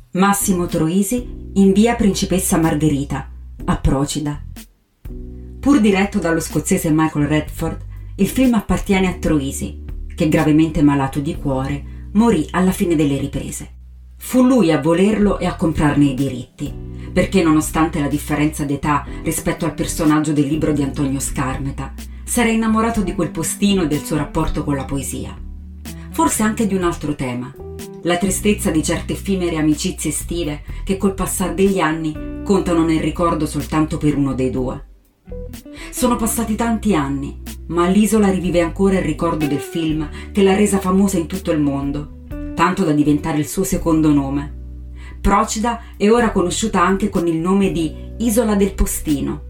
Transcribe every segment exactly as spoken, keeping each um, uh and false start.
Massimo Troisi in via Principessa Margherita, a Procida. Pur diretto dallo scozzese Michael Redford, il film appartiene a Troisi, che gravemente malato di cuore morì alla fine delle riprese. Fu lui a volerlo e a comprarne i diritti, perché nonostante la differenza d'età rispetto al personaggio del libro di Antonio Scarmeta, s'era innamorato di quel postino e del suo rapporto con la poesia. Forse anche di un altro tema, la tristezza di certe effimere amicizie estive che col passar degli anni contano nel ricordo soltanto per uno dei due. Sono passati tanti anni, ma all'isola rivive ancora il ricordo del film che l'ha resa famosa in tutto il mondo, tanto da diventare il suo secondo nome. Procida è ora conosciuta anche con il nome di Isola del Postino.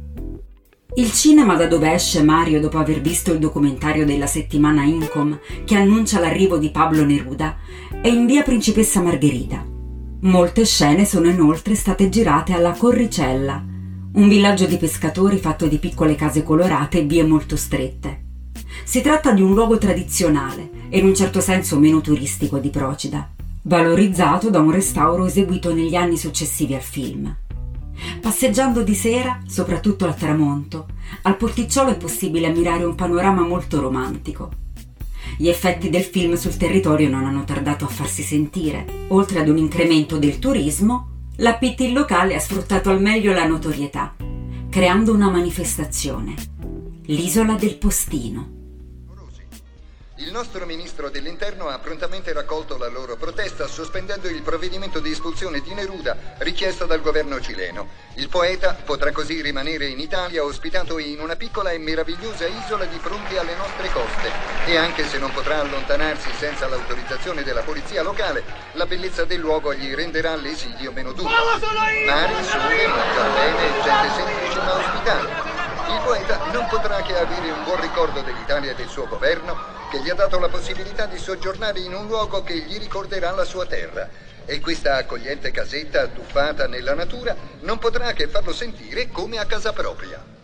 Il cinema da dove esce Mario dopo aver visto il documentario della settimana Incom che annuncia l'arrivo di Pablo Neruda è in via Principessa Margherita. Molte scene sono inoltre state girate alla Corricella, un villaggio di pescatori fatto di piccole case colorate e vie molto strette. Si tratta di un luogo tradizionale e in un certo senso meno turistico di Procida, valorizzato da un restauro eseguito negli anni successivi al film. Passeggiando di sera, soprattutto al tramonto, al porticciolo è possibile ammirare un panorama molto romantico. Gli effetti del film sul territorio non hanno tardato a farsi sentire. Oltre ad un incremento del turismo, la P T locale ha sfruttato al meglio la notorietà, creando una manifestazione, l'Isola del Postino. Il nostro ministro dell'Interno ha prontamente raccolto la loro protesta sospendendo il provvedimento di espulsione di Neruda richiesto dal governo cileno. Il poeta potrà così rimanere in Italia ospitato in una piccola e meravigliosa isola di fronte alle nostre coste e anche se non potrà allontanarsi senza l'autorizzazione della polizia locale, la bellezza del luogo gli renderà l'esilio meno duro. Mare, sole, mangiar bene, gente semplice ma ospitale. Il poeta non potrà che avere un buon ricordo dell'Italia e del suo governo che gli ha dato la possibilità di soggiornare in un luogo che gli ricorderà la sua terra. E questa accogliente casetta tuffata nella natura non potrà che farlo sentire come a casa propria.